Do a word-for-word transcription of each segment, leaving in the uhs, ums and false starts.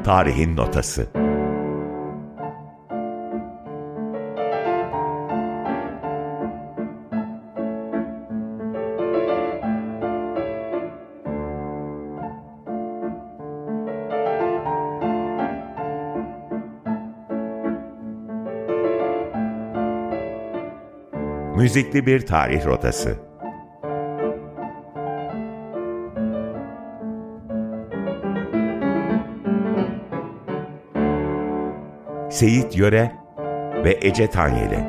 Tarihin Notası. Müzikli bir tarih rotası. Seyit Yöre ve Ece Tanyeli.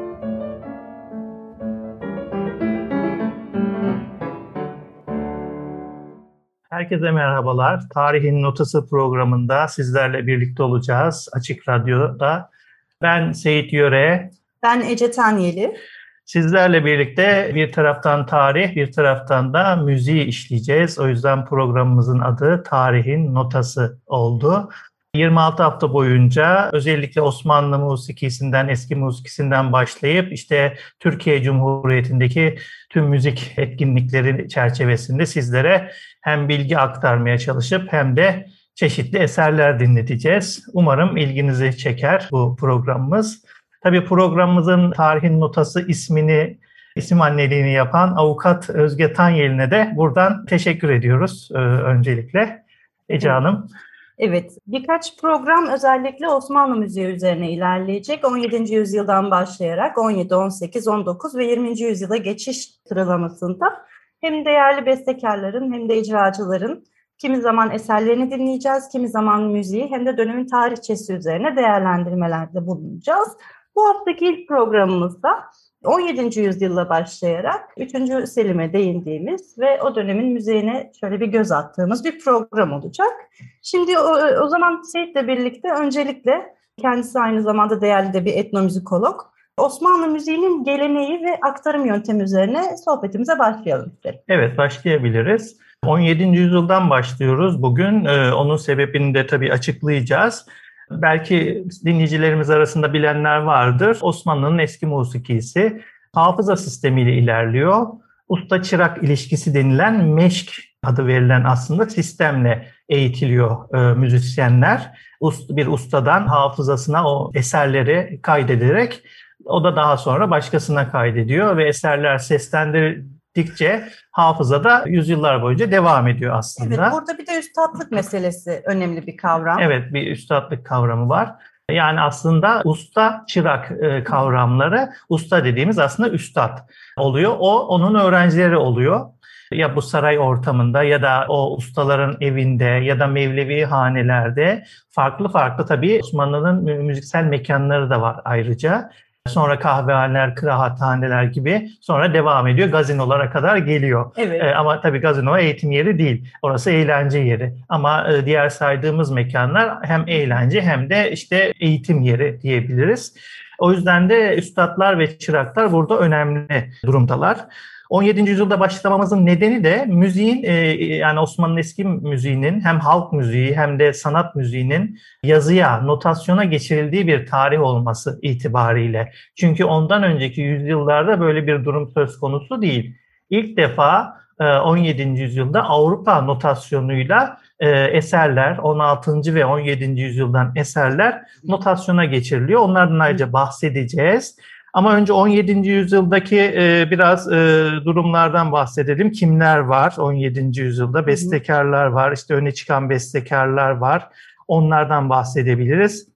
Herkese merhabalar. Tarihin Notası programında sizlerle birlikte olacağız Açık Radyo'da. Ben Seyit Yöre. Ben Ece Tanyeli. Sizlerle birlikte bir taraftan tarih, bir taraftan da müziği işleyeceğiz. O yüzden programımızın adı Tarihin Notası oldu. yirmi altı hafta boyunca özellikle Osmanlı musikisinden, eski musikisinden başlayıp işte Türkiye Cumhuriyeti'ndeki tüm müzik etkinlikleri çerçevesinde sizlere hem bilgi aktarmaya çalışıp hem de çeşitli eserler dinleteceğiz. Umarım ilginizi çeker bu programımız. Tabii programımızın Tarihin Notası ismini, isim anneliğini yapan avukat Özge Tanyeli'ne de buradan teşekkür ediyoruz e, öncelikle. Ece Hanım. Evet, birkaç program özellikle Osmanlı müziği üzerine ilerleyecek. on yedinci yüzyıldan başlayarak on yedi, on sekiz, on dokuz ve yirminci yüzyıla geçiş sıralamasında hem değerli bestekarların hem de icracıların kimi zaman eserlerini dinleyeceğiz, kimi zaman müziği hem de dönemin tarihçesi üzerine değerlendirmelerde bulunacağız. Bu haftaki ilk programımızda on yedinci yüzyılla başlayarak üçüncü Selim'e değindiğimiz ve o dönemin müziğine şöyle bir göz attığımız bir program olacak. Şimdi o, o zaman Seyit'le birlikte öncelikle kendisi aynı zamanda değerli de bir etnomüzikolog. Osmanlı müziğinin geleneği ve aktarım yöntemi üzerine sohbetimize başlayalım isterim. Evet, başlayabiliriz. on yedinci yüzyıldan başlıyoruz bugün. Ee, onun sebebini de tabii açıklayacağız. Belki dinleyicilerimiz arasında bilenler vardır. Osmanlı'nın eski musikisi hafıza sistemiyle ilerliyor. Usta-çırak ilişkisi denilen meşk adı verilen aslında sistemle eğitiliyor e, müzisyenler. Ust, bir ustadan hafızasına o eserleri kaydederek o da daha sonra başkasına kaydediyor ve eserler seslendirdikçe hafızada yüzyıllar boyunca devam ediyor aslında. Evet, burada bir de üstatlık meselesi önemli bir kavram. Evet, bir üstatlık kavramı var. Yani aslında usta çırak kavramları, usta dediğimiz aslında üstad oluyor. O onun öğrencileri oluyor. Ya bu saray ortamında ya da o ustaların evinde ya da Mevlevi hanelerde farklı farklı tabii Osmanlı'nın müziksel mekanları da var ayrıca. Sonra kahvehaneler, kıraathaneler gibi sonra devam ediyor. Gazinolara kadar geliyor. Evet. Ee, ama tabii gazino eğitim yeri değil. Orası eğlence yeri. Ama e, diğer saydığımız mekanlar hem eğlence hem de işte eğitim yeri diyebiliriz. O yüzden de üstadlar ve çıraklar burada önemli durumdalar. on yedinci yüzyılda başlamamızın nedeni de müziğin e, yani Osmanlı'nın eski müziğinin hem halk müziği hem de sanat müziğinin yazıya, notasyona geçirildiği bir tarih olması itibariyle. Çünkü ondan önceki yüzyıllarda böyle bir durum söz konusu değil. İlk defa e, on yedinci yüzyılda Avrupa notasyonuyla e, eserler, on altıncı ve on yedinci yüzyıldan eserler notasyona geçiriliyor. Onlardan ayrıca bahsedeceğiz. Ama önce on yedinci yüzyıldaki e, biraz e, durumlardan bahsedelim. Kimler var on yedinci yüzyılda? Bestekarlar var, işte öne çıkan bestekarlar var. Onlardan bahsedebiliriz.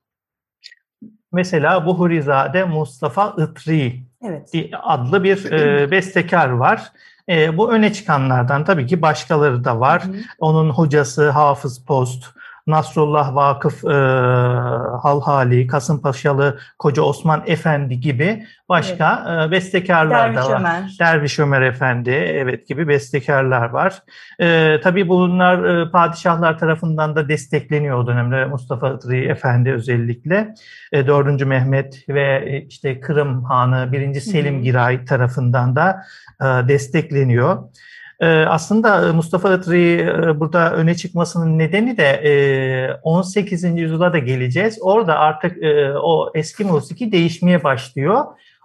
Mesela Buhurizade Mustafa Itri evet. adlı bir e, bestekar var. E, bu öne çıkanlardan tabii ki başkaları da var. Hı hı. Onun hocası Hafız Post, Nasrullah Vakıf e, Halhali, Kasımpaşalı Koca Osman Efendi gibi başka evet. e, bestekarlar Derviş da var. Ömer. Derviş Ömer Efendi, evet gibi bestekarlar var. E, tabii bunlar e, padişahlar tarafından da destekleniyor o dönemde. Mustafa Itri Efendi özellikle e, dördüncü Mehmet ve e, işte Kırım Hanı birinci Selim Giray tarafından da e, destekleniyor. Aslında Mustafa Itri burada öne çıkmasının nedeni de on sekizinci yüzyıla da geleceğiz. Orada artık o eski musiki değişmeye başlıyor.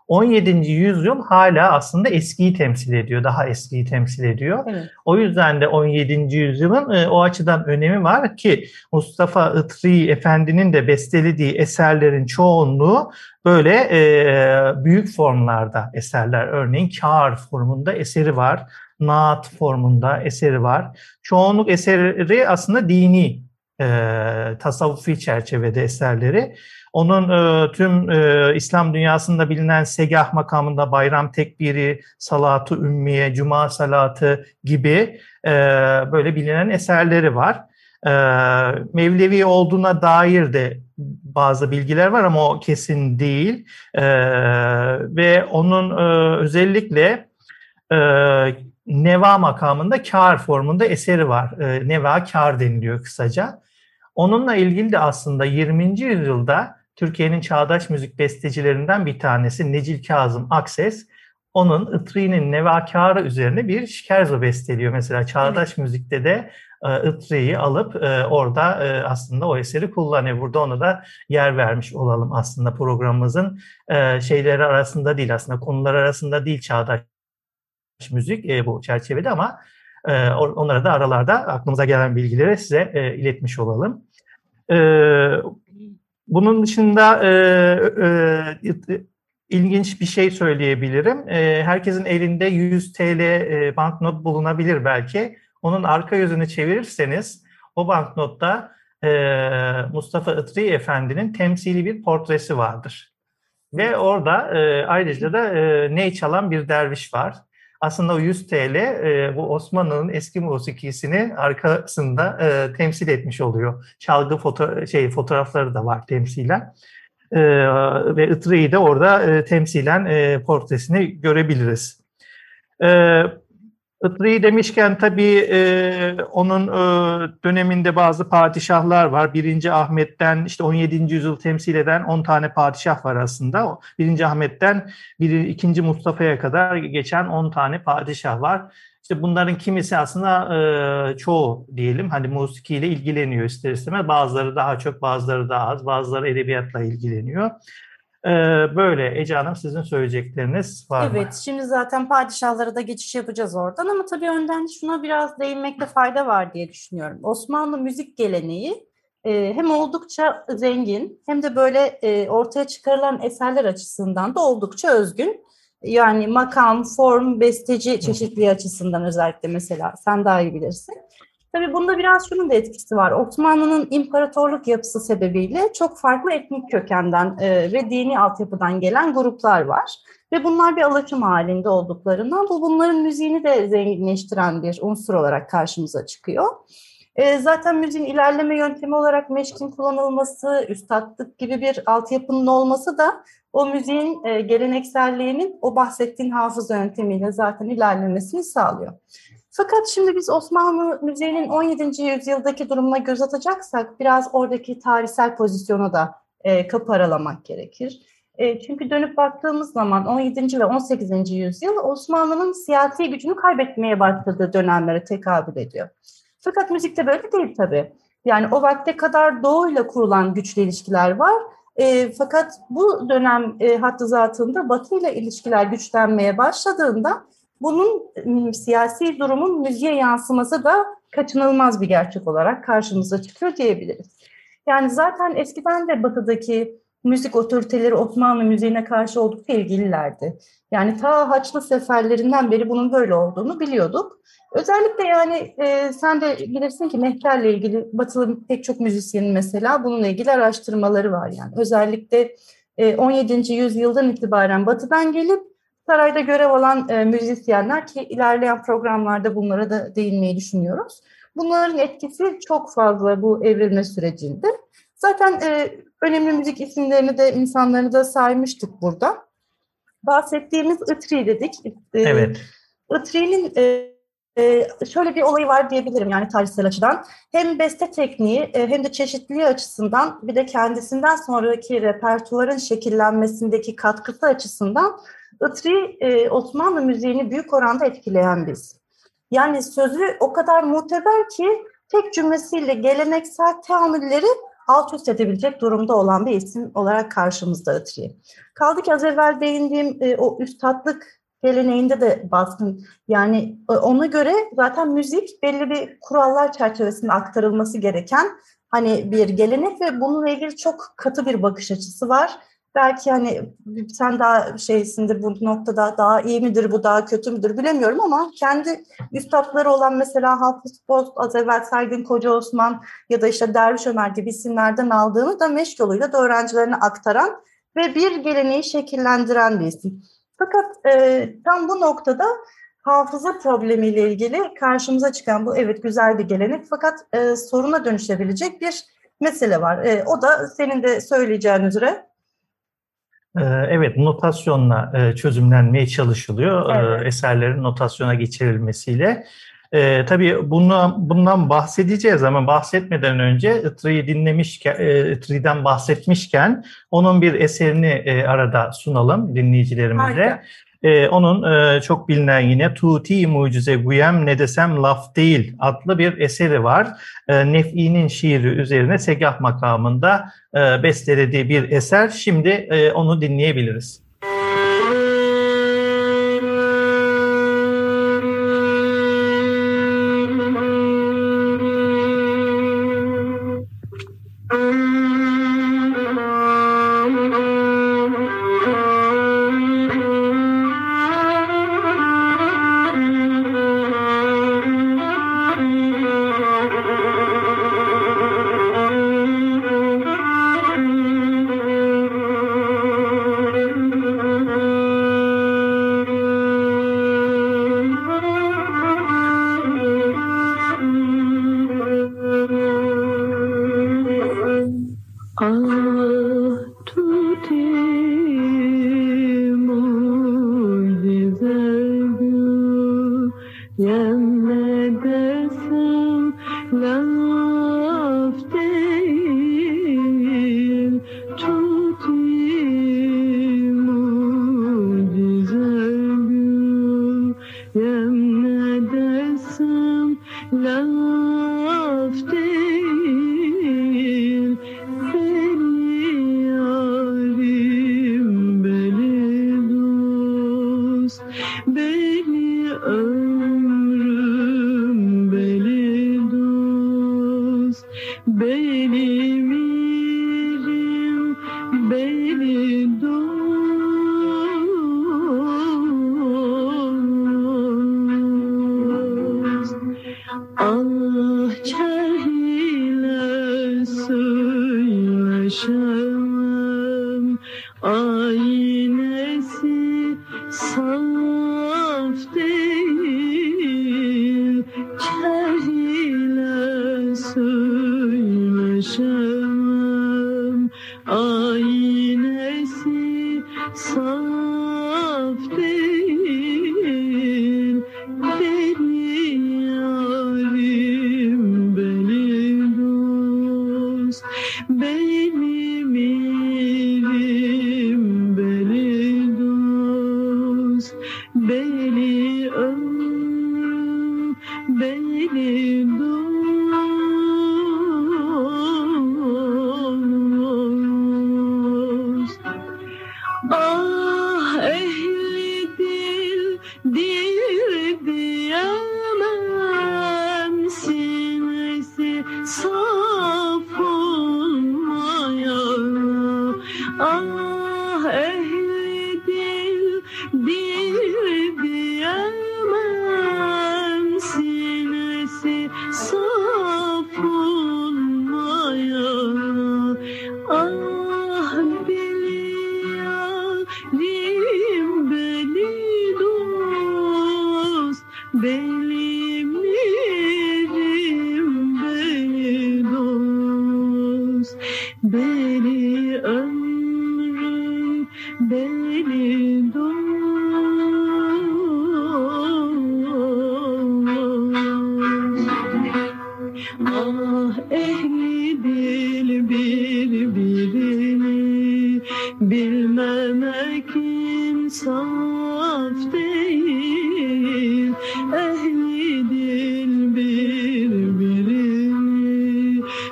on yedinci yüzyıl hala aslında eskiyi temsil ediyor, daha eskiyi temsil ediyor. Evet. O yüzden de on yedinci yüzyılın e, o açıdan önemi var ki Mustafa Itri Efendi'nin de bestelediği eserlerin çoğunluğu böyle e, büyük formlarda eserler. Örneğin kâr formunda eseri var, naat formunda eseri var. Çoğunluk eseri aslında dini, e, tasavvufi çerçevede eserleri. Onun e, tüm e, İslam dünyasında bilinen segah makamında bayram tekbiri, salat-ı ümmiye, cuma salatı gibi e, böyle bilinen eserleri var. E, Mevlevi olduğuna dair de bazı bilgiler var ama o kesin değil. E, ve onun e, özellikle e, neva makamında kâr formunda eseri var. E, neva kâr deniliyor kısaca. Onunla ilgili de aslında yirminci yüzyılda Türkiye'nin çağdaş müzik bestecilerinden bir tanesi Necil Kazım Akses, onun Itri'nin nevakârı üzerine bir şikerzo besteliyor. Mesela çağdaş evet. müzikte de Itri'yi alıp orada aslında o eseri kullanıyor. Burada ona da yer vermiş olalım aslında programımızın şeyleri arasında değil, aslında konular arasında değil çağdaş müzik bu çerçevede ama onlara da aralarda aklımıza gelen bilgileri size iletmiş olalım. Bunun dışında e, e, ilginç bir şey söyleyebilirim. E, herkesin elinde yüz TL e, banknot bulunabilir belki. Onun arka yüzünü çevirirseniz o banknotta e, Mustafa Itri Efendi'nin temsili bir portresi vardır. Ve orada e, ayrıca da e, ney çalan bir derviş var. Aslında o yüz TL e, bu Osmanlı'nın eski musikisini arkasında e, temsil etmiş oluyor. Çalgı foto- şey fotoğrafları da var temsilen. E, ve Itri'yi de orada e, temsilen e, portresini görebiliriz. E, Itri demişken tabii e, onun e, döneminde bazı padişahlar var. Birinci Ahmet'ten işte on yedinci yüzyıl temsil eden on tane padişah var aslında. Birinci Ahmet'ten biri, ikinci Mustafa'ya kadar geçen on tane padişah var. İşte bunların kimisi aslında e, çoğu diyelim hani musikiyle ilgileniyor ister istemez. Bazıları daha çok, bazıları daha az, bazıları edebiyatla ilgileniyor. Böyle. Ece Hanım sizin söyleyecekleriniz var evet, mı? Evet, şimdi zaten padişahlara da geçiş yapacağız oradan ama tabii önden şuna biraz değinmekte fayda var diye düşünüyorum. Osmanlı müzik geleneği e, hem oldukça zengin hem de böyle e, ortaya çıkarılan eserler açısından da oldukça özgün. Yani makam, form, besteci çeşitliliği açısından özellikle mesela sen daha iyi bilirsin. Tabii bunda biraz şunun da etkisi var. Osmanlı'nın imparatorluk yapısı sebebiyle çok farklı etnik kökenden e, ve dini altyapıdan gelen gruplar var. Ve bunlar bir alaşım halinde olduklarından bu bunların müziğini de zenginleştiren bir unsur olarak karşımıza çıkıyor. E, zaten müziğin ilerleme yöntemi olarak meşkin kullanılması, üstatlık gibi bir altyapının olması da o müziğin e, gelenekselliğinin o bahsettiğin hafıza yöntemiyle zaten ilerlemesini sağlıyor. Fakat şimdi biz Osmanlı müziğinin on yedinci yüzyıldaki durumuna göz atacaksak biraz oradaki tarihsel pozisyonu da e, kapı aralamak gerekir. E, çünkü dönüp baktığımız zaman on yedinci ve on sekizinci yüzyıl Osmanlı'nın siyasi gücünü kaybetmeye başladığı dönemlere tekabül ediyor. Fakat müzikte böyle değil tabii. Yani o vakte kadar Doğu'yla kurulan güçlü ilişkiler var. E, fakat bu dönem e, hattı zatında Batı'yla ilişkiler güçlenmeye başladığında bunun m, siyasi durumun müziğe yansıması da kaçınılmaz bir gerçek olarak karşımıza çıkıyor diyebiliriz. Yani zaten eskiden de Batı'daki müzik otoriteleri Osmanlı müziğine karşı oldukça ilgililerdi. Yani ta Haçlı seferlerinden beri bunun böyle olduğunu biliyorduk. Özellikle yani e, sen de bilirsin ki mehterle ilgili Batılı pek çok müzisyenin mesela bununla ilgili araştırmaları var. Yani özellikle e, on yedinci yüzyıldan itibaren Batı'dan gelip sarayda görev alan e, müzisyenler ki ilerleyen programlarda bunlara da değinmeyi düşünüyoruz. Bunların etkisi çok fazla bu evrilme sürecinde. Zaten e, önemli müzik isimlerini de insanlarını da saymıştık burada. Bahsettiğimiz Itri dedik. E, evet. Itri'nin e, e, şöyle bir olayı var diyebilirim yani tarihsel açıdan. Hem beste tekniği e, hem de çeşitliliği açısından bir de kendisinden sonraki repertuarın şekillenmesindeki katkısı açısından Itri e, Osmanlı müziğini büyük oranda etkileyen biz. Yani sözü o kadar muteber ki tek cümlesiyle geleneksel teamülleri alt üst edebilecek durumda olan bir isim olarak karşımızda Itriye. Kaldı ki az evvel değindiğim e, o üstatlık geleneğinde de baskın. Yani e, ona göre zaten müzik belli bir kurallar çerçevesinde aktarılması gereken hani bir gelenek ve bununla ilgili çok katı bir bakış açısı var. Belki hani sen daha şeysindir bu noktada, daha iyi midir bu, daha kötü müdür bilemiyorum ama kendi üstadları olan mesela Hafız Boz, az evvel saydığın Koca Osman ya da işte Derviş Ömer gibi isimlerden aldığını da meşk yoluyla da öğrencilerine aktaran ve bir geleneği şekillendiren bir isim. Fakat e, tam bu noktada hafıza problemiyle ilgili karşımıza çıkan bu evet güzel bir gelenek fakat e, soruna dönüşebilecek bir mesele var. E, o da senin de söyleyeceğin üzere. Evet, notasyonla çözümlenmeye çalışılıyor. Evet. Eserlerin notasyona geçirilmesiyle. Ee, tabii bundan, bundan bahsedeceğiz ama bahsetmeden önce Itri'yi dinlemişken, Itri'den bahsetmişken onun bir eserini e, arada sunalım dinleyicilerimize. Ee, onun e, çok bilinen yine Tuti Mucize Güyem Ne Desem Laf Değil adlı bir eseri var. E, Nef'i'nin şiiri üzerine segah makamında e, bestelediği bir eser. Şimdi e, onu dinleyebiliriz.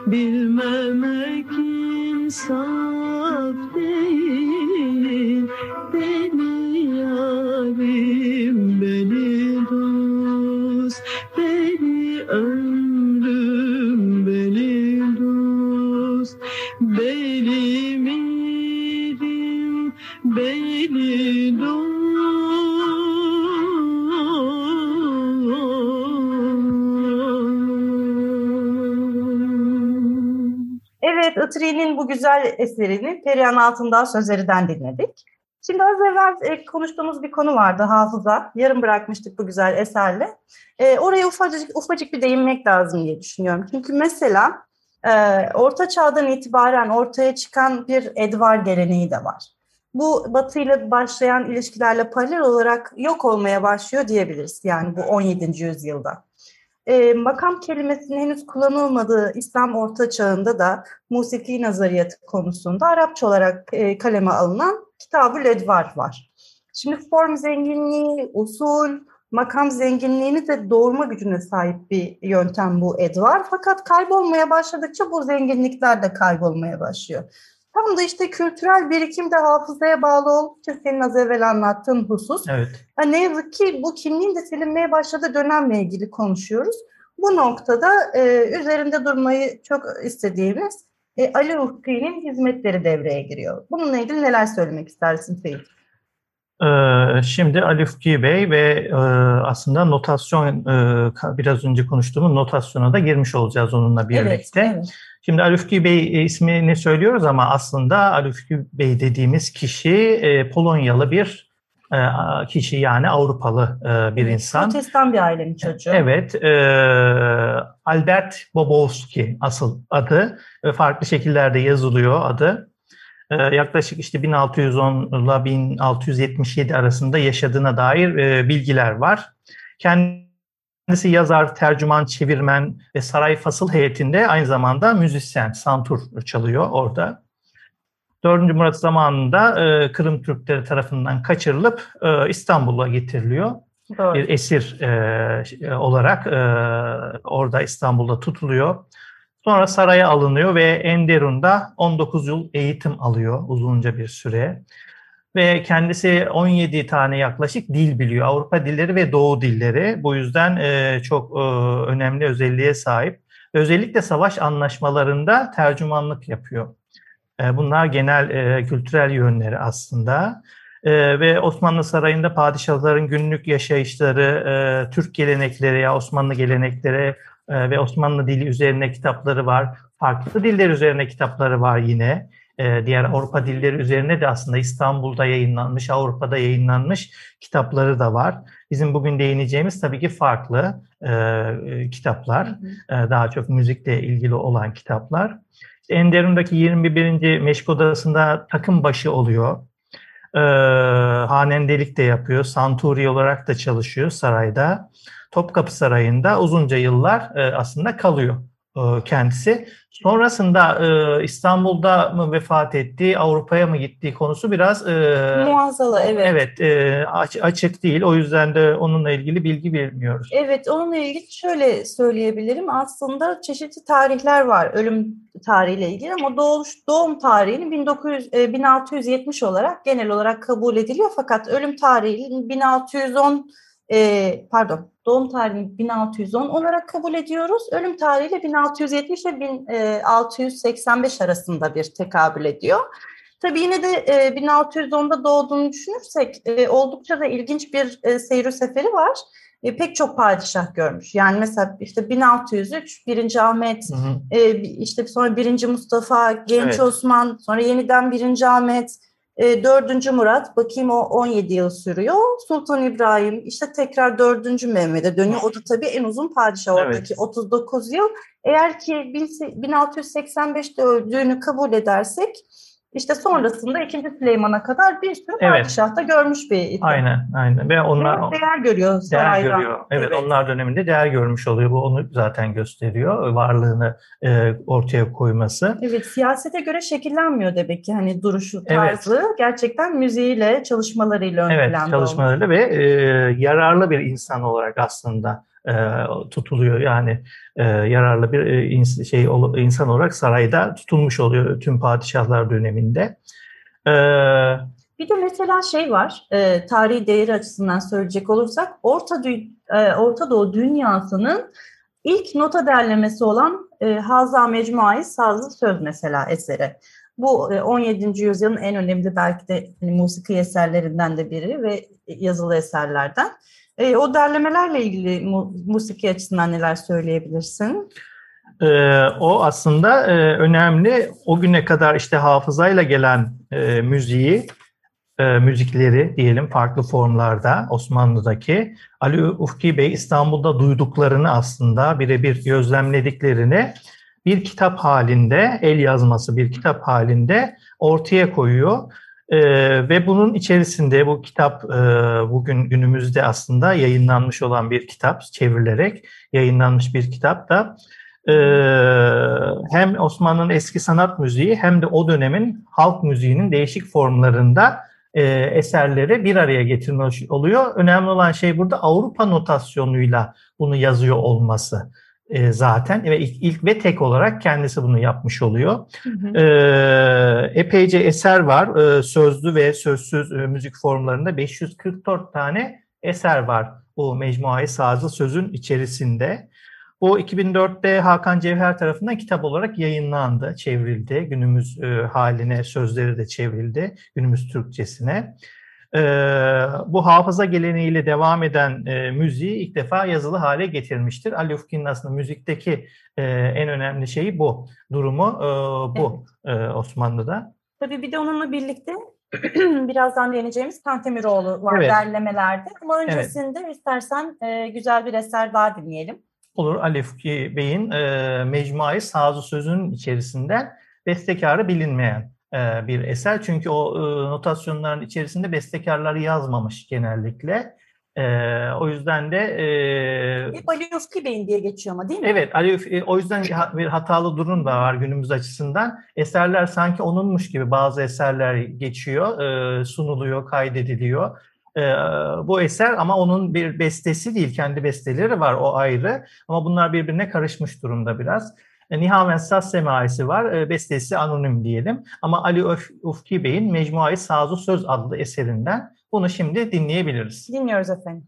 bilmemek insaf değil. Beni yarim, beni dost, beni ömrüm, beni dost, beni mirim, beni dost. Evet, Itri'nin bu güzel eserini Perihan Altındağ Sözleri'den dinledik. Şimdi az evvel e, konuştuğumuz bir konu vardı, hafıza. Yarım bırakmıştık bu güzel eserle. E, oraya ufacık, ufacık bir değinmek lazım diye düşünüyorum. Çünkü mesela e, Orta Çağ'dan itibaren ortaya çıkan bir edvar geleneği de var. Bu Batı ile başlayan ilişkilerle paralel olarak yok olmaya başlıyor diyebiliriz. Yani bu on yedinci yüzyılda. E, makam kelimesinin henüz kullanılmadığı İslam Orta Çağ'ında da musiki nazariyatı konusunda Arapça olarak e, kaleme alınan Kitab-ül Edvar var. Şimdi form zenginliği, usul, makam zenginliğini de doğurma gücüne sahip bir yöntem bu edvar. Fakat kaybolmaya başladıkça bu zenginlikler de kaybolmaya başlıyor. Tam da işte kültürel birikim de hafızaya bağlı oldukça senin az evvel anlattığın husus. Evet. Yani ne yazık ki bu kimliğin de silinmeye başladığı dönemle ilgili konuşuyoruz. Bu noktada e, üzerinde durmayı çok istediğimiz e, Ali Ufki'nin hizmetleri devreye giriyor. Bununla ilgili neler söylemek istersin Seyit? Ee, şimdi Ali Ufki Bey ve e, aslında notasyon, e, biraz önce konuştuğumuz notasyona da girmiş olacağız onunla birlikte. Evet, evet. Şimdi Ali Ufki Bey ismini söylüyoruz ama aslında Ali Ufki Bey dediğimiz kişi e, Polonyalı bir e, kişi, yani Avrupalı e, bir Evet, insan. Protestan bir ailenin çocuğu. Evet, e, Albert Bobowski asıl adı ve farklı şekillerde yazılıyor adı. E, yaklaşık işte bin altı yüz on ile bin altı yüz yetmiş yedi arasında yaşadığına dair e, bilgiler var. Kendisi yazar, tercüman, çevirmen ve saray fasıl heyetinde aynı zamanda müzisyen, santur çalıyor orada. dördüncü Murat zamanında e, Kırım Türkleri tarafından kaçırılıp e, İstanbul'a getiriliyor. Doğru. Bir esir e, olarak e, orada İstanbul'da tutuluyor. Sonra saraya alınıyor ve Enderun'da on dokuz yıl eğitim alıyor uzunca bir süre. Ve kendisi on yedi tane yaklaşık dil biliyor. Avrupa dilleri ve Doğu dilleri. Bu yüzden e, çok e, önemli özelliğe sahip. Özellikle savaş anlaşmalarında tercümanlık yapıyor. E, bunlar genel e, kültürel yönleri aslında. E, ve Osmanlı Sarayı'nda padişahların günlük yaşayışları, e, Türk gelenekleri ya Osmanlı gelenekleri e, ve Osmanlı dili üzerine kitapları var. Farklı diller üzerine kitapları var yine. E, diğer Avrupa dilleri üzerine de aslında İstanbul'da yayınlanmış, Avrupa'da yayınlanmış kitapları da var. Bizim bugün değineceğimiz tabii ki farklı e, kitaplar. Hı hı. E, daha çok müzikle ilgili olan kitaplar. Enderun'daki yirmi birinci Meşk Odası'nda takım başı oluyor. Ee, hanendelik de yapıyor. Santuri olarak da çalışıyor sarayda. Topkapı Sarayı'nda uzunca yıllar e, aslında kalıyor e, kendisi. Sonrasında e, İstanbul'da mı vefat etti, Avrupa'ya mı gittiği konusu biraz e, muazzalı, evet. Evet, e, aç, açık değil. O yüzden de onunla ilgili bilgi vermiyoruz. Evet, onunla ilgili şöyle söyleyebilirim. Aslında çeşitli tarihler var ölüm tarihiyle ilgili ama doğuş, doğum tarihini bin dokuz yüz, bin altı yüz yetmiş olarak genel olarak kabul ediliyor. Fakat ölüm tarihini bin altı yüz on e, pardon doğum tarihini bin altı yüz on olarak kabul ediyoruz. Ölüm tarihiyle bin altı yüz yetmiş ile bin altı yüz seksen beş arasında bir tekabül ediyor. Tabii yine de e, bin altı yüz onda doğduğunu düşünürsek e, oldukça da ilginç bir e, seyir seferi var. E, pek çok padişah görmüş. Yani mesela işte bin altı yüz üç birinci Ahmet, hı hı. E, işte sonra birinci Mustafa, Genç evet. Osman, sonra yeniden birinci Ahmet, e, dördüncü Murat, bakayım o on yedi yıl sürüyor. Sultan İbrahim, işte tekrar dördüncü Mehmet'e dönüyor. O da tabii en uzun padişah oradaki evet. otuz dokuz yıl. Eğer ki bin altı yüz seksen beşte öldüğünü kabul edersek, İşte sonrasında ikinci Süleyman'a kadar bir sürü evet. padişah da görmüş bir isim. Aynen, aynen. Ve onlar evet, değer görüyor saraydan. Değer görüyor. Evet, evet, onlar döneminde değer görmüş oluyor. Bu onu zaten gösteriyor. Varlığını e, ortaya koyması. Evet, siyasete göre şekillenmiyor demek ki hani duruşu, tarzı. Evet. Gerçekten müziğiyle, çalışmalarıyla ön evet, planda çalışmalarıyla olmuş. Ve e, yararlı bir insan olarak aslında e, tutuluyor. Yani e, yararlı bir e, ins- şey insan olarak sarayda tutulmuş oluyor tüm padişahlar döneminde. E, Bir de mesela şey var, e, tarihi değeri açısından söyleyecek olursak, Orta, Dü- e, Orta Doğu dünyasının ilk nota derlemesi olan e, Haza Mecmuayı Sazlı Söz mesela eseri. Bu e, on yedinci yüzyılın en önemli belki de hani, musiki eserlerinden de biri ve yazılı eserlerden. E, o derlemelerle ilgili mu- musiki açısından neler söyleyebilirsin? Ee, o aslında e, önemli. O güne kadar işte hafızayla gelen e, müziği, e, müzikleri diyelim farklı formlarda Osmanlı'daki Ali Ufki Bey İstanbul'da duyduklarını aslında birebir gözlemlediklerini bir kitap halinde, el yazması bir kitap halinde ortaya koyuyor. E, ve bunun içerisinde bu kitap e, bugün günümüzde aslında yayınlanmış olan bir kitap, çevrilerek yayınlanmış bir kitap da Ee, hem Osmanlı'nın eski sanat müziği hem de o dönemin halk müziğinin değişik formlarında e, eserleri bir araya getirmiş oluyor. Önemli olan şey burada Avrupa notasyonuyla bunu yazıyor olması e, zaten ve ilk, ilk ve tek olarak kendisi bunu yapmış oluyor. Hı hı. Ee, epeyce eser var. Ee, sözlü ve sözsüz e, müzik formlarında beş yüz kırk dört tane eser var bu Mecmuayı Sazlı Söz'ün içerisinde. Bu iki bin dörtte Hakan Cevher tarafından kitap olarak yayınlandı, çevrildi. Günümüz e, haline sözleri de çevrildi, günümüz Türkçesine. E, bu hafıza geleneğiyle devam eden e, müziği ilk defa yazılı hale getirmiştir. Ali Ufki'nin aslında müzikteki e, en önemli şeyi bu, durumu e, bu evet. e, Osmanlı'da. Tabii bir de onunla birlikte birazdan değineceğimiz Kantemiroğlu var evet. derlemelerde. Ama öncesinde evet. istersen e, güzel bir eser daha dinleyelim. Olur. Ali Ufki Bey'in e, Mecmuayı Sazlı Söz'ün içerisinden bestekarı bilinmeyen e, bir eser. Çünkü o e, notasyonların içerisinde bestekarları yazmamış genellikle. E, o yüzden de... E, Hep Ali Ufki Bey'in diye geçiyor ama değil mi? Evet. Ali Ufki, o yüzden bir hatalı durum da var günümüz açısından. Eserler sanki onunmuş gibi bazı eserler geçiyor, e, sunuluyor, kaydediliyor. Bu eser ama onun bir bestesi değil, kendi besteleri var, o ayrı. Ama bunlar birbirine karışmış durumda biraz. Nihaven Saz Semaisi var, bestesi anonim diyelim. Ama Ali Ufki Bey'in Mecmuayı Sazlı Söz adlı eserinden bunu şimdi dinleyebiliriz. Dinliyoruz efendim.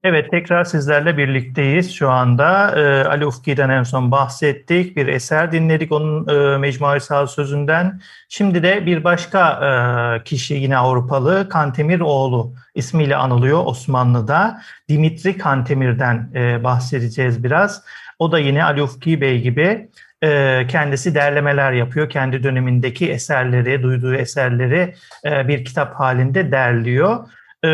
Evet, tekrar sizlerle birlikteyiz şu anda. Ee, Ali Ufki'den en son bahsettik. Bir eser dinledik onun e, Mecmua-i Sağ sözünden. Şimdi de bir başka e, kişi, yine Avrupalı, Kantemiroğlu ismiyle anılıyor Osmanlı'da. Dimitri Kantemir'den e, bahsedeceğiz biraz. O da yine Ali Ufki Bey gibi e, kendisi derlemeler yapıyor. Kendi dönemindeki eserleri, duyduğu eserleri e, bir kitap halinde derliyor.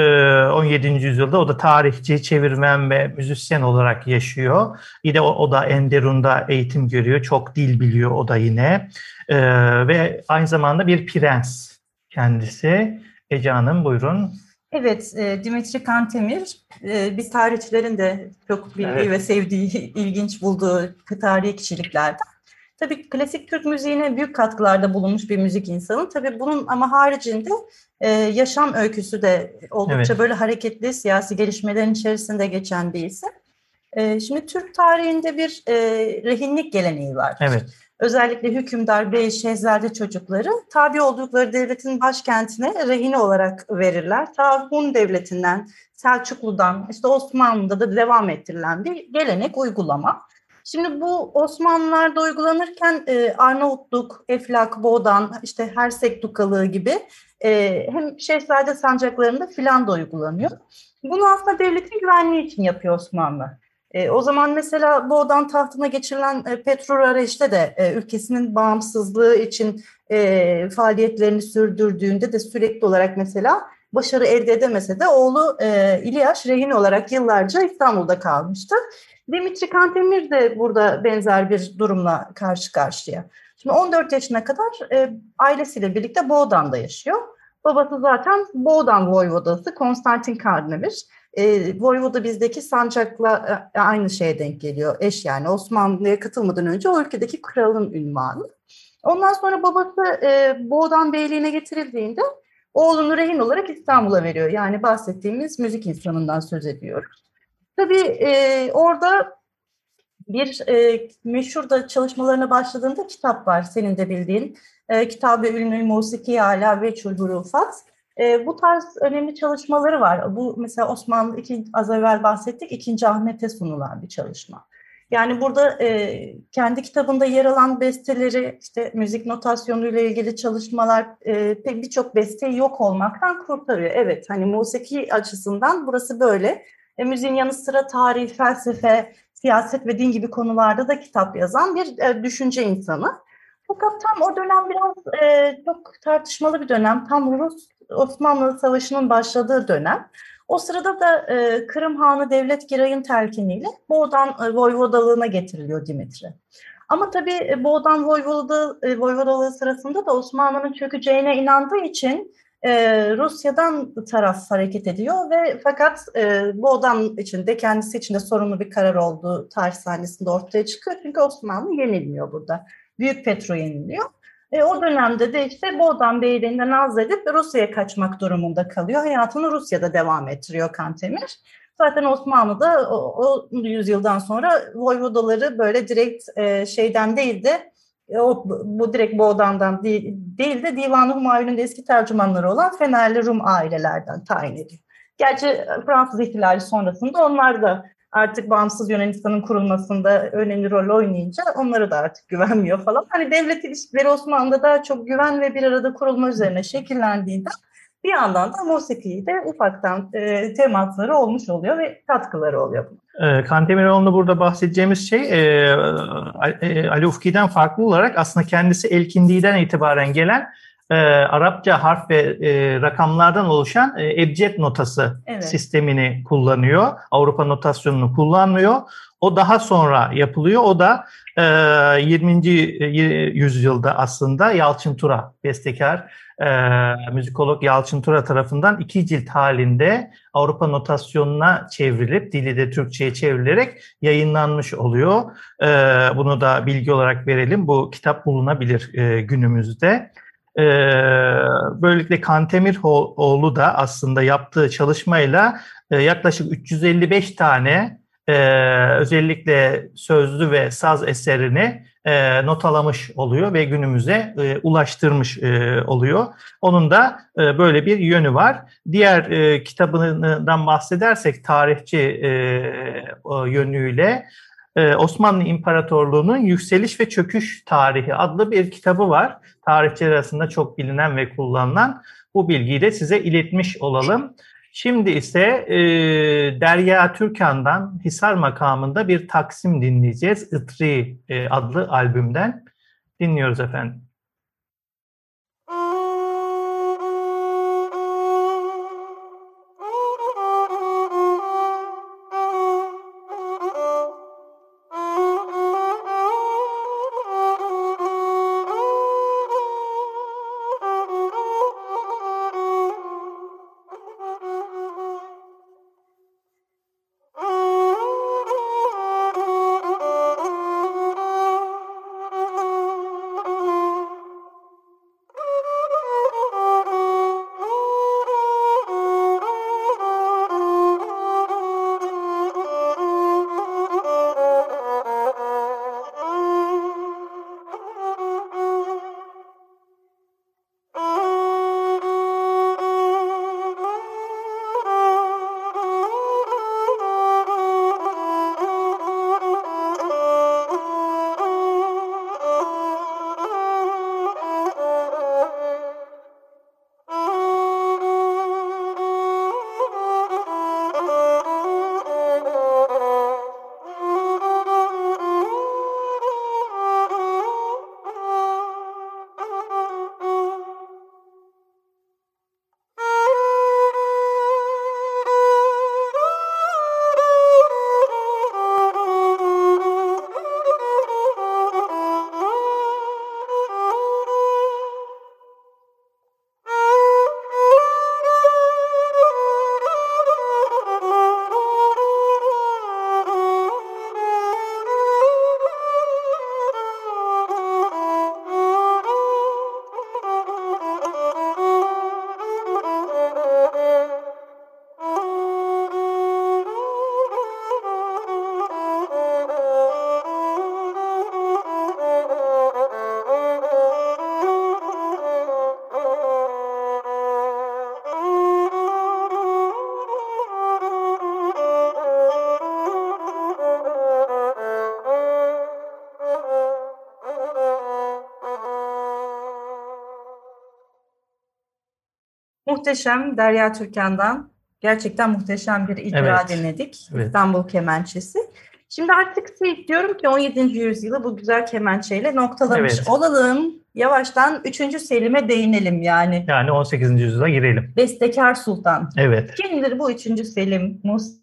on yedinci yüzyılda o da tarihçi, çevirmen ve müzisyen olarak yaşıyor. Yine o, o da Enderun'da eğitim görüyor. Çok dil biliyor o da yine. Ee, ve aynı zamanda bir prens kendisi. Ece Hanım buyurun. Evet, e, Dimitri Kantemir, e, biz tarihçilerin de çok bildiği evet. ve sevdiği, ilginç bulduğu tarihi kişiliklerden. Tabii klasik Türk müziğine büyük katkılarda bulunmuş bir müzik insanı. Tabii bunun ama haricinde e, yaşam öyküsü de oldukça evet. böyle hareketli, siyasi gelişmelerin içerisinde geçen bir isim. E, şimdi Türk tarihinde bir e, rehinlik geleneği var. Evet. Özellikle hükümdar, bey, şehzade çocukları tabi oldukları devletin başkentine rehine olarak verirler. Ta Hun devletinden, Selçuklu'dan, işte Osmanlı'da da devam ettirilen bir gelenek, uygulama. Şimdi bu Osmanlılar'da uygulanırken e, Arnavutluk, Eflak, Boğdan, işte Hersek Dukalığı gibi e, hem şehzade sancaklarında filan da uygulanıyor. Bunu aslında devletin güvenliği için yapıyor Osmanlı. E, o zaman mesela Boğdan tahtına geçirilen e, Petrol Areş'te de e, ülkesinin bağımsızlığı için e, faaliyetlerini sürdürdüğünde de sürekli olarak mesela başarı elde edemese de oğlu e, İlyas rehin olarak yıllarca İstanbul'da kalmıştı. Dimitri Kantemir de burada benzer bir durumla karşı karşıya. Şimdi on dört yaşına kadar e, ailesiyle birlikte Boğdan'da yaşıyor. Babası zaten Boğdan Voyvodası Konstantin Kardemir. E, Voyvoda bizdeki sancakla e, aynı şeye denk geliyor. Eş yani Osmanlı'ya katılmadan önce o ülkedeki kralın ünvanı. Ondan sonra babası e, Boğdan Beyliğine getirildiğinde oğlunu rehin olarak İstanbul'a veriyor. Yani bahsettiğimiz müzik insanından söz ediyoruz. Tabii e, orada bir e, meşhur da çalışmalarına başladığında kitap var senin de bildiğin. E, Kitab-ı Ülmü Musiki Ala ve Hurufat. E, bu tarz önemli çalışmaları var. Bu mesela Osmanlı, iki, az evvel bahsettik, ikinci Ahmet'e sunulan bir çalışma. Yani burada e, kendi kitabında yer alan besteleri, işte müzik notasyonuyla ilgili çalışmalar e, birçok besteyi yok olmaktan kurtarıyor. Evet, hani musiki açısından burası böyle. E, müziğin yanı sıra tarih, felsefe, siyaset ve din gibi konularda da kitap yazan bir e, düşünce insanı. Fakat tam o dönem biraz e, çok tartışmalı bir dönem. Tam Rus-Osmanlı Savaşı'nın başladığı dönem. O sırada da e, Kırım Hanı Devlet Giray'ın telkiniyle Boğdan e, Voyvodalığına getiriliyor Dimitri. Ama tabii e, Boğdan Voyvodalığı, e, Voyvodalığı sırasında da Osmanlı'nın çökeceğine inandığı için Ee, Rusya'dan taraf hareket ediyor ve fakat e, Boğdan içinde kendisi için de sorunlu bir karar olduğu tarih sahnesinde ortaya çıkıyor. Çünkü Osmanlı yenilmiyor burada. Büyük Petro yeniliyor. E, o dönemde de işte Boğdan Beyliğinden azledip Rusya'ya kaçmak durumunda kalıyor. Hayatını Rusya'da devam ettiriyor Kantemir. Zaten Osmanlı'da o, o yüzyıldan sonra voyvodaları böyle direkt e, şeyden değil de O, bu direkt Boğdan'dan değil, değil de Divan-ı Humayun'un eski tercümanları olan Fenerli Rum ailelerden tayin ediyor. Gerçi Fransız ihtilali sonrasında onlar da artık bağımsız Yunanistan'ın kurulmasında önemli rol oynayınca onlara da artık güvenmiyor falan. Hani devlet ilişkileri Osmanlı'da daha çok güven ve bir arada kurulma üzerine şekillendiğinden bir yandan da musikiyi de ufaktan e, temasları olmuş oluyor ve katkıları oluyor. Kantemiroğlu'nu burada bahsedeceğimiz şey e, Ali Ufki'den farklı olarak aslında kendisi Elkindi'den itibaren gelen e, Arapça harf ve e, rakamlardan oluşan e, ebced notası evet. sistemini kullanıyor. Avrupa notasyonunu kullanmıyor. O daha sonra yapılıyor. O da e, yirminci yüzyılda aslında Yalçın Tura, bestekar, e, müzikolog Yalçın Tura tarafından iki cilt halinde Avrupa notasyonuna çevrilip, dili de Türkçe'ye çevrilerek yayınlanmış oluyor. E, bunu da bilgi olarak verelim. Bu kitap bulunabilir e, günümüzde. E, böylelikle Kantemiroğlu da aslında yaptığı çalışmayla e, yaklaşık üç yüz elli beş tane e, özellikle sözlü ve saz eserini e, notalamış oluyor ve günümüze e, ulaştırmış e, oluyor. Onun da e, böyle bir yönü var. Diğer e, kitabından bahsedersek tarihçi e, yönüyle e, Osmanlı İmparatorluğu'nun Yükseliş ve Çöküş Tarihi adlı bir kitabı var. Tarihçiler arasında çok bilinen ve kullanılan. Bu bilgiyi de size iletmiş olalım. Şimdi ise e, Derya Türkan'dan Hisar makamında bir taksim dinleyeceğiz. Itri e, adlı albümden dinliyoruz efendim. Muhteşem Derya Türkan'dan gerçekten muhteşem bir icra Evet, dinledik. evet. İstanbul Kemençesi. Şimdi artık şey diyorum ki on yedinci yüzyılı bu güzel kemençeyle noktalamış Evet. olalım. Yavaştan üçüncü Selim'e değinelim yani. Yani on sekizinci yüzyıla girelim. Bestekar Sultan. Evet. Kimdir bu üçüncü Selim?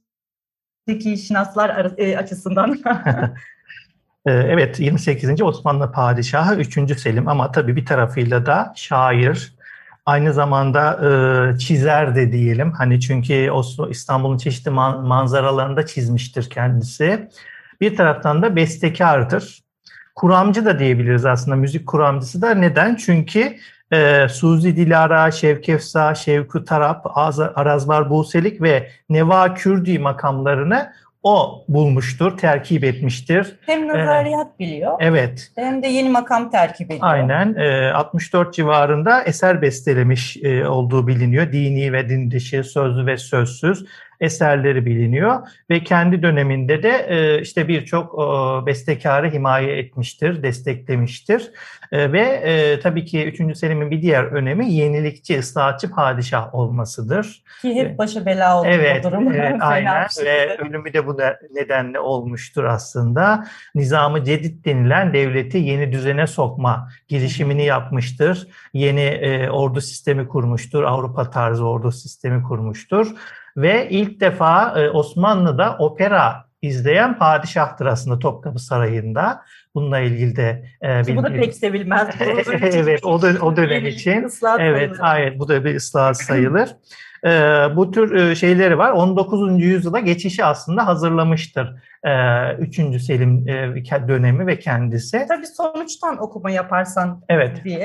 Musiki şinaslar arası- e, açısından. Ee, Evet, yirmi sekizinci Osmanlı Padişahı üçüncü Selim ama tabii bir tarafıyla da şair, aynı zamanda e, çizer de diyelim. Hani çünkü Os- İstanbul'un çeşitli man- manzaralarını da çizmiştir kendisi. Bir taraftan da bestekardır. Kuramcı da diyebiliriz aslında, müzik kuramcısı da. Neden? Çünkü e, Suzi Dilara, Şevkefsa, Şevku Tarap, Az- Arazvar Buselik ve Neva Kürdi makamlarını o bulmuştur, terkip etmiştir. Hem nazariyat biliyor Evet, hem de yeni makam terkip ediyor. aynen. E, altmış dört civarında eser bestelemiş e, olduğu biliniyor. Dini ve din dışı, sözlü ve sözsüz eserleri biliniyor. Ve kendi döneminde de e, işte birçok e, bestekarı himaye etmiştir, desteklemiştir. E, ve e, tabii ki üçüncü Selim'in bir diğer önemi yenilikçi, ıslahatçı padişah olmasıdır. Ki hep başı bela oldu Evet, bu durum. evet, Fena aynen bir şekilde. ve ölümü de bu ne- nedenle olmuştur aslında. Nizam-ı Cedid denilen devleti yeni düzene sokma girişimini yapmıştır. Yeni e, ordu sistemi kurmuştur, Avrupa tarzı ordu sistemi kurmuştur. Ve ilk defa e, Osmanlı'da opera izleyen padişahtır aslında Topkapı Sarayı'nda. Bununla ilgili de e, Ki bu da bilgi- pek sevilmez. Evet, o, dön- o dönem Yenilik, için. ıslahat Evet, sayılır. hayır, bu da bir ıslahat sayılır. Ee, bu tür e, şeyleri var. on dokuzuncu yüzyıla geçişi aslında hazırlamıştır ee, üçüncü Selim e, dönemi ve kendisi. Tabii sonuçtan okuma yaparsan Evet. diye.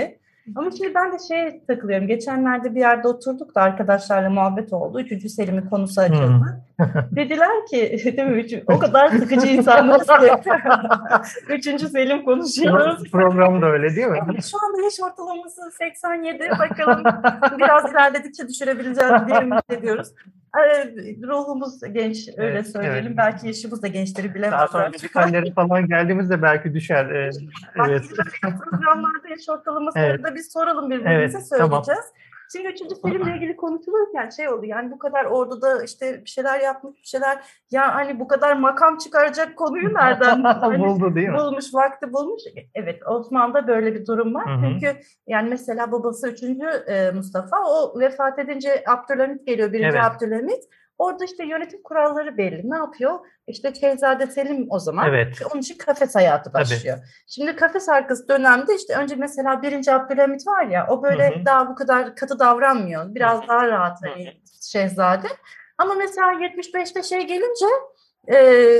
Ama şimdi ben de şeye takılıyorum. Geçenlerde bir yerde oturduk da arkadaşlarla muhabbet oldu. Üçüncü Selim'in konusu açıldı. Dediler ki, değil mi? Üç, o kadar sıkıcı insanlarız ki. Üçüncü Selim konuşuyoruz. Program da öyle değil mi? Yani şu anda yaş ortalaması seksen yedi. Bakalım biraz ilerledikçe düşürebileceğiz diye ümit ediyoruz. Ruhumuz genç, öyle Evet, söyleyelim. evet. Belki yaşımız da gençleri bilemez. Daha sonra müzikalleri falan geldiğimizde belki düşer. Ee, evet. Programlarda yaş ortalamasını Evet. da biz soralım birbirimize, Evet, söyleyeceğiz. tamam. Şimdi üçüncü Selim'le ilgili konuşulurken şey oldu, yani bu kadar orduda işte bir şeyler yapmış, bir şeyler, ya hani bu kadar makam çıkaracak konuyu nereden hani buldu değil mi? bulmuş, vakti bulmuş. Evet, Osmanlı'da böyle bir durum var. Hı hı. Çünkü yani mesela babası üçüncü Mustafa, o vefat edince Abdülhamit geliyor, birinci Evet. Abdülhamit. Orada işte yönetim kuralları belli. Ne yapıyor? İşte Şehzade Selim o zaman. Evet. Onun için kafes hayatı başlıyor. Şimdi kafes arkası dönemde işte önce mesela birinci Abdülhamit var ya, o böyle Hı hı. daha bu kadar katı davranmıyor. Biraz daha rahat hani Hı. Şehzade. Ama mesela yetmiş beşte şey gelince e,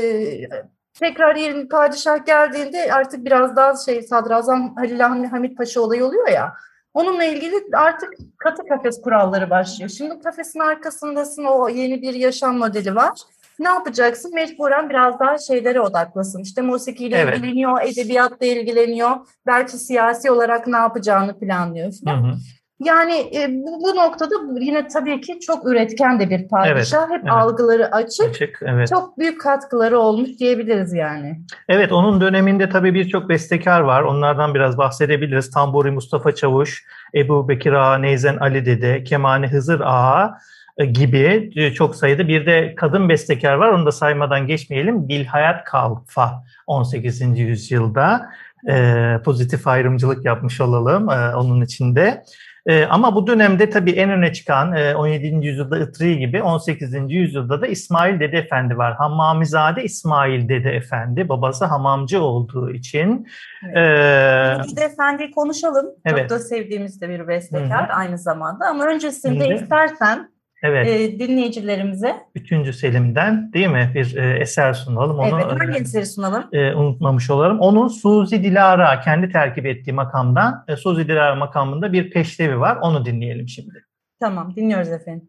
tekrar yeni padişah geldiğinde artık biraz daha şey, Sadrazam Halil Hamit Paşa olayı oluyor ya. Onunla ilgili artık katı kafes kuralları başlıyor. Şimdi kafesin arkasındasın, o yeni bir yaşam modeli var. Ne yapacaksın? Mecburen biraz daha şeylere odaklasın. İşte musikiyle Evet. ilgileniyor, edebiyatla ilgileniyor. Belki siyasi olarak ne yapacağını planlıyor Hı falan. hı. Yani e, bu, bu noktada yine tabii ki çok üretken de bir padişah. Evet, Hep evet. algıları açık. Açık, evet. Çok büyük katkıları olmuş diyebiliriz yani. Evet, onun döneminde tabii birçok bestekar var. Onlardan biraz bahsedebiliriz. Tamburi Mustafa Çavuş, Ebu Bekir Ağa, Neyzen Ali Dede, Kemane Hızır Ağa e, gibi e, çok sayıda bir de kadın bestekar var. Onu da saymadan geçmeyelim. Dilhayat Kalfa on sekizinci yüzyılda e, pozitif ayrımcılık yapmış olalım e, onun içinde. Ee, ama bu dönemde tabii en öne çıkan e, on yedinci yüzyılda Itri gibi on sekizinci yüzyılda da İsmail Dede Efendi var. Hammamizade İsmail Dede Efendi, babası hamamcı olduğu için. Evet. E, Dede Efendi'yi konuşalım. Evet. Çok da sevdiğimiz de bir bestekar Hı hı. aynı zamanda. Ama öncesinde Şimdi- istersen evet, e, dinleyicilerimize üçüncü Selim'den değil mi bir e, eser sunalım. Onu evet, hangi e, eseri sunalım? e, unutmamış olalım. Onun Suzi Dilara kendi terkip ettiği makamdan, e, Suzi Dilara makamında bir peştevi var. Onu dinleyelim şimdi. Tamam, dinliyoruz efendim.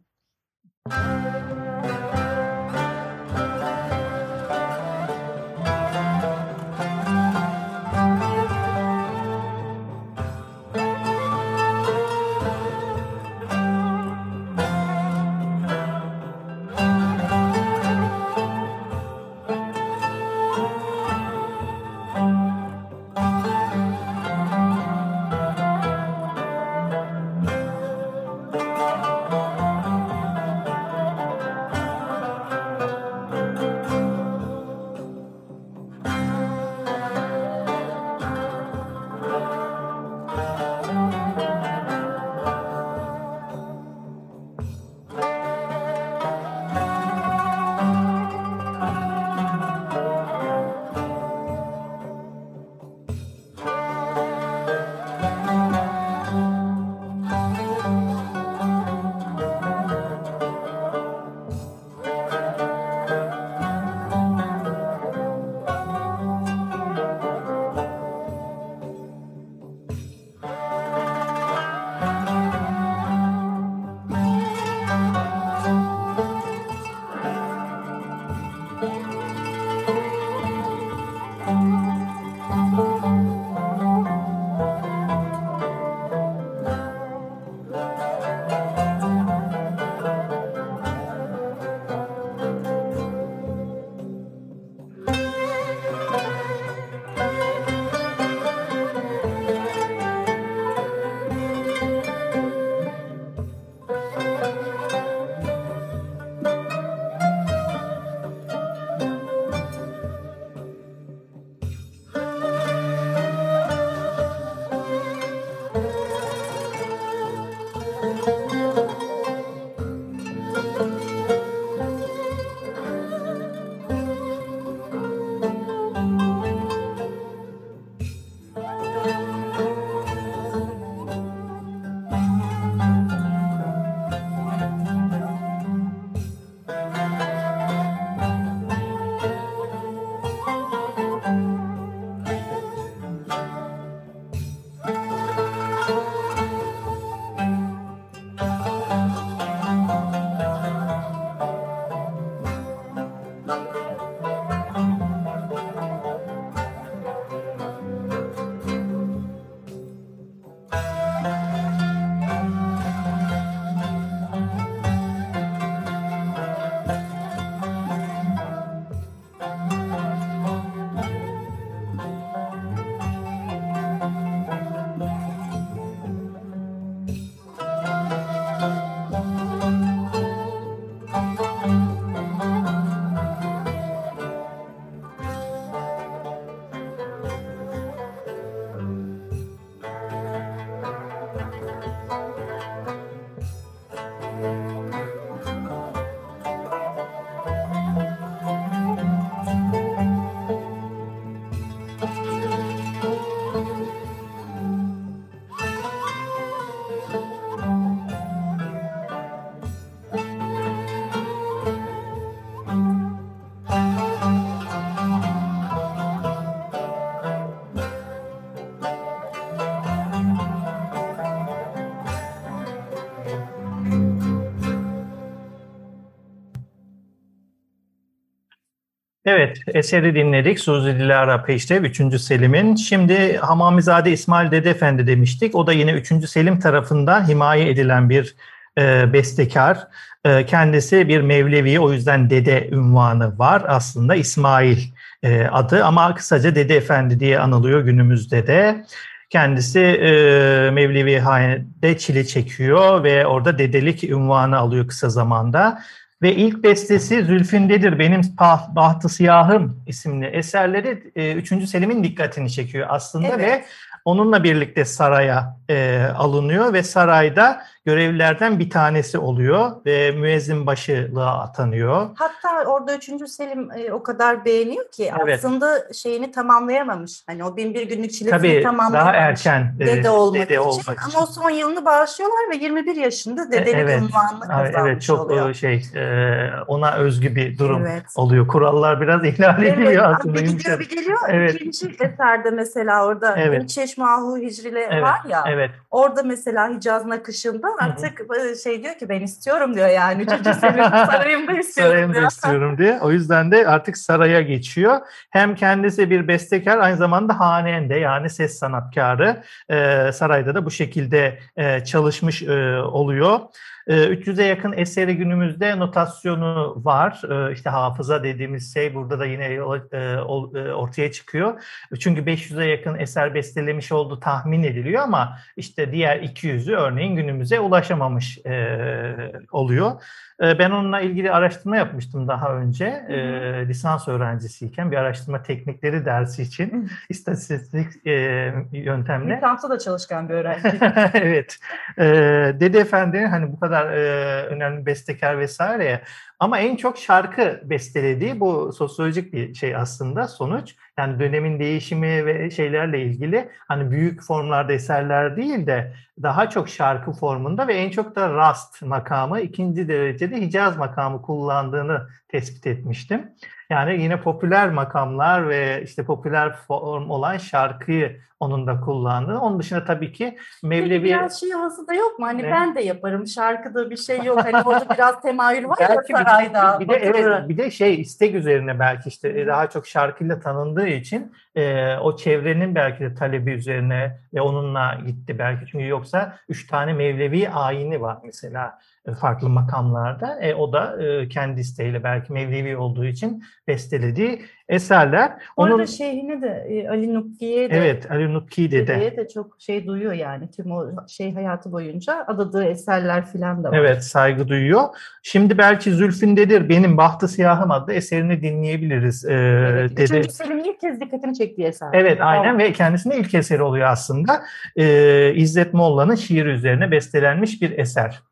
Evet, eseri dinledik. Suzi Dilara Peştev, üçüncü. Selim'in. Şimdi Hamamizade İsmail Dede Efendi demiştik. O da yine üçüncü. Selim tarafından himaye edilen bir e, bestekar. E, kendisi bir Mevlevi, o yüzden Dede unvanı var. Aslında İsmail e, adı ama kısaca Dede Efendi diye anılıyor günümüzde de. Kendisi e, Mevlevi hanede çile çekiyor ve orada dedelik unvanı alıyor kısa zamanda. Ve ilk bestesi Zülfindedir Benim Bahtı Siyahım isimli eserleri e, üçüncü. Selim'in dikkatini çekiyor aslında Evet. ve onunla birlikte saraya e, alınıyor ve sarayda görevlilerden bir tanesi oluyor ve müezzin başılığa atanıyor. Hatta orada üçüncü. Selim e, o kadar beğeniyor ki Evet. aslında şeyini tamamlayamamış. Hani o bin bir günlük çilesini Tabii tamamlayamamış. daha erken e, Dede olmak, dede için. olmak için. Ama o son yılını bağışlıyorlar ve yirmi bir yaşında dedelik Evet. unvanını kazanmış Evet, çok oluyor. e, şey e, ona özgü bir durum Evet. oluyor. Kurallar biraz ihlal ediliyor Evet, aslında. bir gidiyor yumuşak. bir geliyor. Evet. İkinci eserde mesela orada Evet. İlk Çeşmahu Hicrile Evet. var ya. Evet. Orada mesela Hicaz nakışında artık şey diyor ki ben istiyorum diyor yani. Üçüncü. Selim sarayımda istiyorum Sarayımda diyor. istiyorum diye. O yüzden de artık saraya geçiyor. Hem kendisi bir bestekar, aynı zamanda hanende yani ses sanatkarı. Ee, sarayda da bu şekilde e, çalışmış e, oluyor. E, üç yüze yakın eseri günümüzde notasyonu var. E, işte hafıza dediğimiz şey burada da yine e, o, e, ortaya çıkıyor. Çünkü beş yüze yakın eser bestelemiş olduğu tahmin ediliyor ama işte diğer iki yüzü örneğin günümüze ulaşamamış e, oluyor. Ben onunla ilgili araştırma yapmıştım daha önce. Hı hı. E, lisans öğrencisiyken bir araştırma teknikleri dersi için Hı hı. istatistik e, yöntemle. Lisansta da çalışkan bir öğrenci. Evet. E, Dede Efendi'nin hani bu kadar e, önemli bestekar vesaire ya. Ama en çok şarkı bestelediği bu sosyolojik bir şey aslında sonuç. Yani dönemin değişimi ve şeylerle ilgili hani büyük formlarda eserler değil de daha çok şarkı formunda ve en çok da rast makamı, ikinci derecede Hicaz makamı kullandığını tespit etmiştim. Yani yine popüler makamlar ve işte popüler form olan şarkıyı onun da kullandığı. Onun dışında tabii ki Mevlevi... Peki biraz şey havası da yok mu? Hani ne? ben de yaparım. Şarkıda bir şey yok. Hani orada biraz temayül var ya Belki sarayda. bir de, bir de evet bir de şey istek üzerine belki işte daha çok şarkıyla tanındığı için e, o çevrenin belki de talebi üzerine ve onunla gitti belki çünkü yoksa üç tane Mevlevi ayini var mesela e, farklı makamlarda. E, o da e, kendi isteğiyle belki Mevlevi olduğu için bestelediği eserler. Orada Onun şeyhine de e, Ali Nukki'ye de evet Ali Nutki dede. dedeye de çok şey duyuyor yani tüm o şey hayatı boyunca adadığı eserler filan da var. Evet, saygı duyuyor. Şimdi belki Zülfindedir Benim Bahtı Siyahım adlı eserini dinleyebiliriz. Ee, Evet. dede. Üçüncü. Selim'in ilk kez dikkatini çektiği eser. Evet, aynen Tamam. ve kendisine ilk eseri oluyor aslında. Ee, İzzet Molla'nın şiir üzerine bestelenmiş bir eser.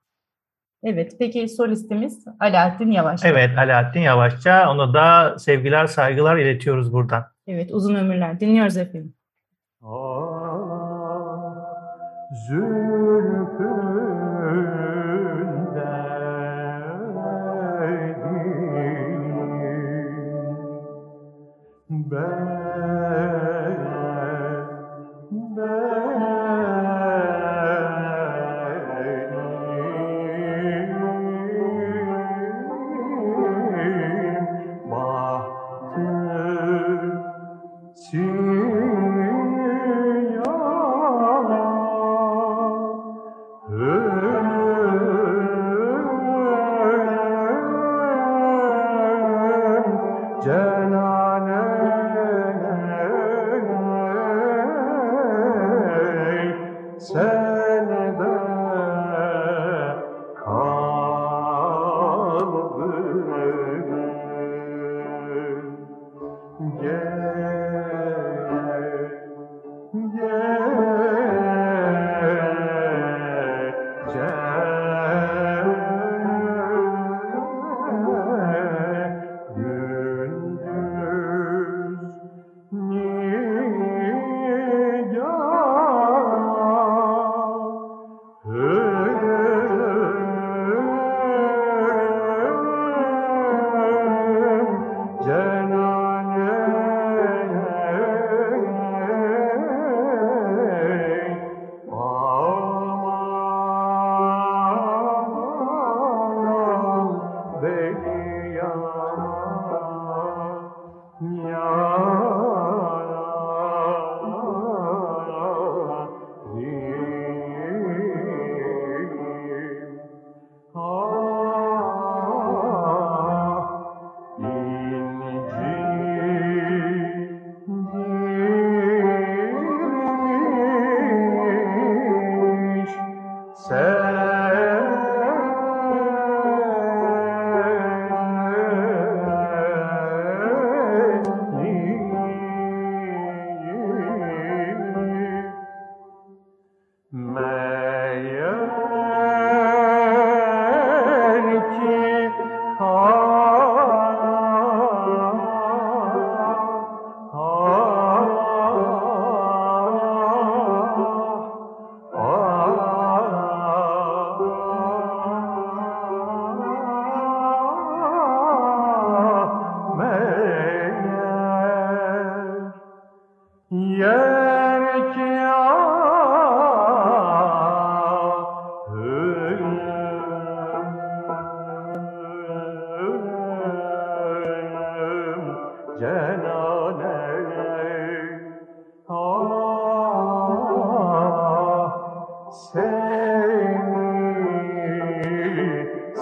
Evet. Peki solistimiz Alaaddin Yavaşça. Evet, Alaaddin Yavaşça. Ona da sevgiler, saygılar iletiyoruz buradan. Evet, uzun ömürler. Dinliyoruz efendim. Siyah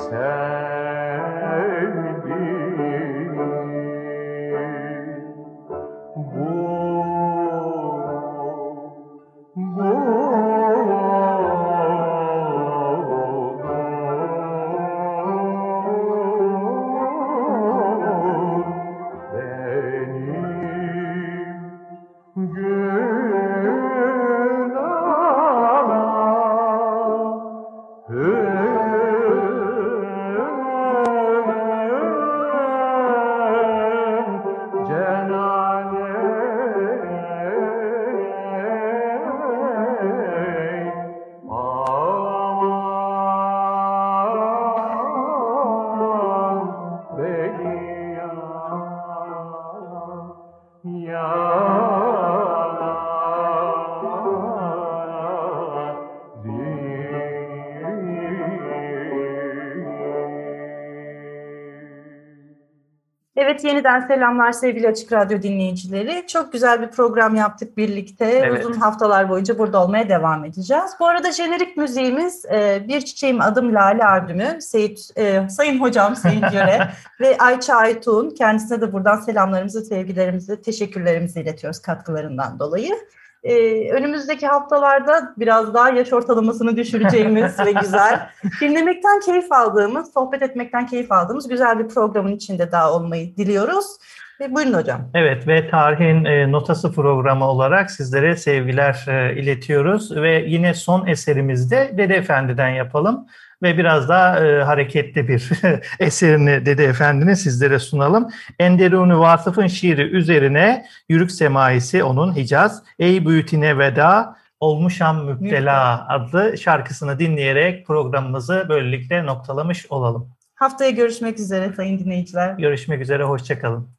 Evet, yeniden selamlar sevgili Açık Radyo dinleyicileri. Çok güzel bir program yaptık birlikte. Evet. Uzun haftalar boyunca burada olmaya devam edeceğiz. Bu arada jenerik müziğimiz Bir Çiçeğim Adım Lale albümü. Seyit, e, Sayın Hocam Seyit Yöre ve Ayça Aytuğ'un, kendisine de buradan selamlarımızı, sevgilerimizi, teşekkürlerimizi iletiyoruz katkılarından dolayı. Ee, önümüzdeki haftalarda biraz daha yaş ortalamasını düşüreceğimiz ve güzel, dinlemekten keyif aldığımız, sohbet etmekten keyif aldığımız güzel bir programın içinde daha olmayı diliyoruz. E, buyurun hocam. Evet ve tarihin e, notası programı olarak sizlere sevgiler e, iletiyoruz ve yine son eserimizde Dede Efendi'den yapalım. Ve biraz daha e, hareketli bir eserini Dede Efendi'nin sizlere sunalım. Enderun-u Vasıf'ın şiiri üzerine Yürük Semaisi onun Hicaz, Ey Büyütine Veda, Olmuşam Müptela adlı şarkısını dinleyerek programımızı böylelikle noktalamış olalım. Haftaya görüşmek üzere sayın dinleyiciler. Görüşmek üzere, hoşça kalın.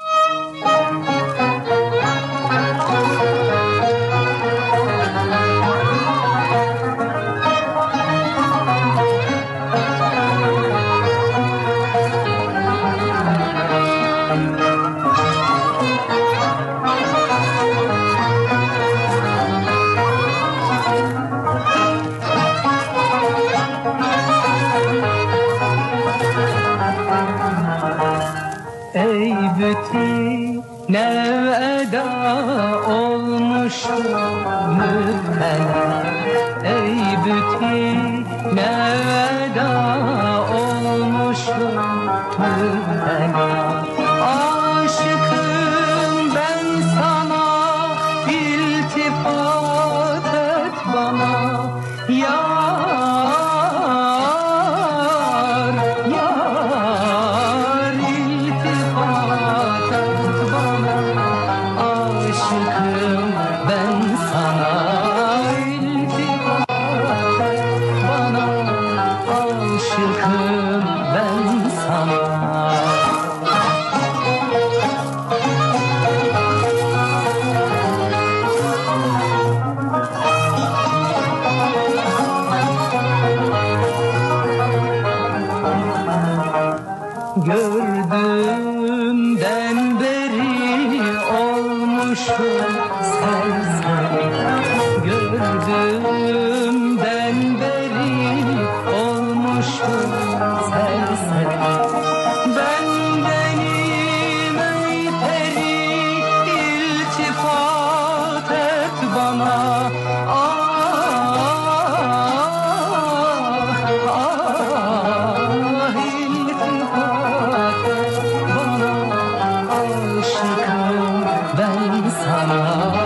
Neveda olmuş müptela, ey büti neveda olmuş müptela. Aşıkım ben sana, iltifat et bana, yar, yar, iltifat et bana. Aşıkım ben sana, iltifat et bana, aşıkım ben sana. Gördüğümden beri olmuşum serseri, gördüğümden beri olmuşum serseri. Bendenim ey peri, iltifat et bana, ah, ah, iltifat et bana. Aşıkım ben sana,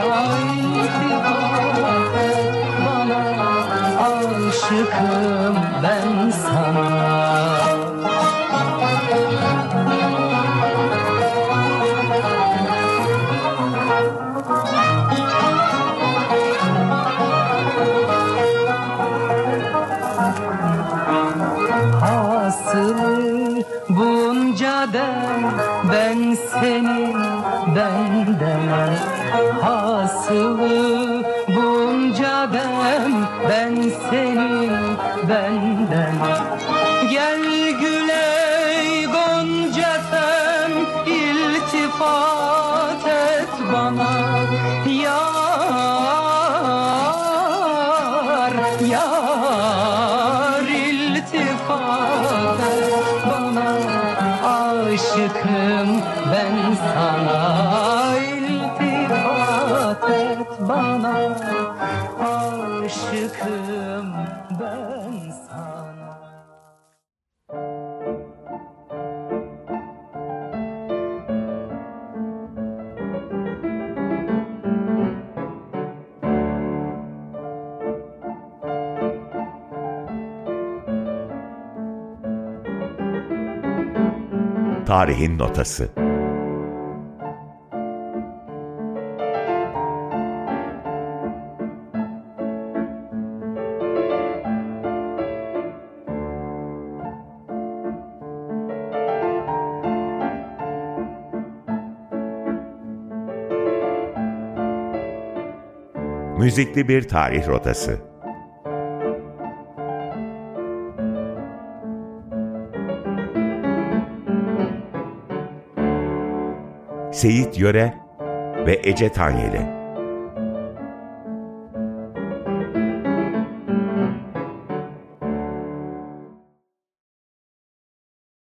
iltifat et bana, aşıkım ben sana. Hasılı bunca dem ben senin benden, hasılı bunca dem ben senin benden. Gel güley gonca sen, iltifat et bana, yar, yar, iltifat aşıkım ben sana, iltifat et bana, aşıkım ben sana. Tarihin Notası. Müzikli bir tarih rotası. Seyit Yöre ve Ece Tanyeli.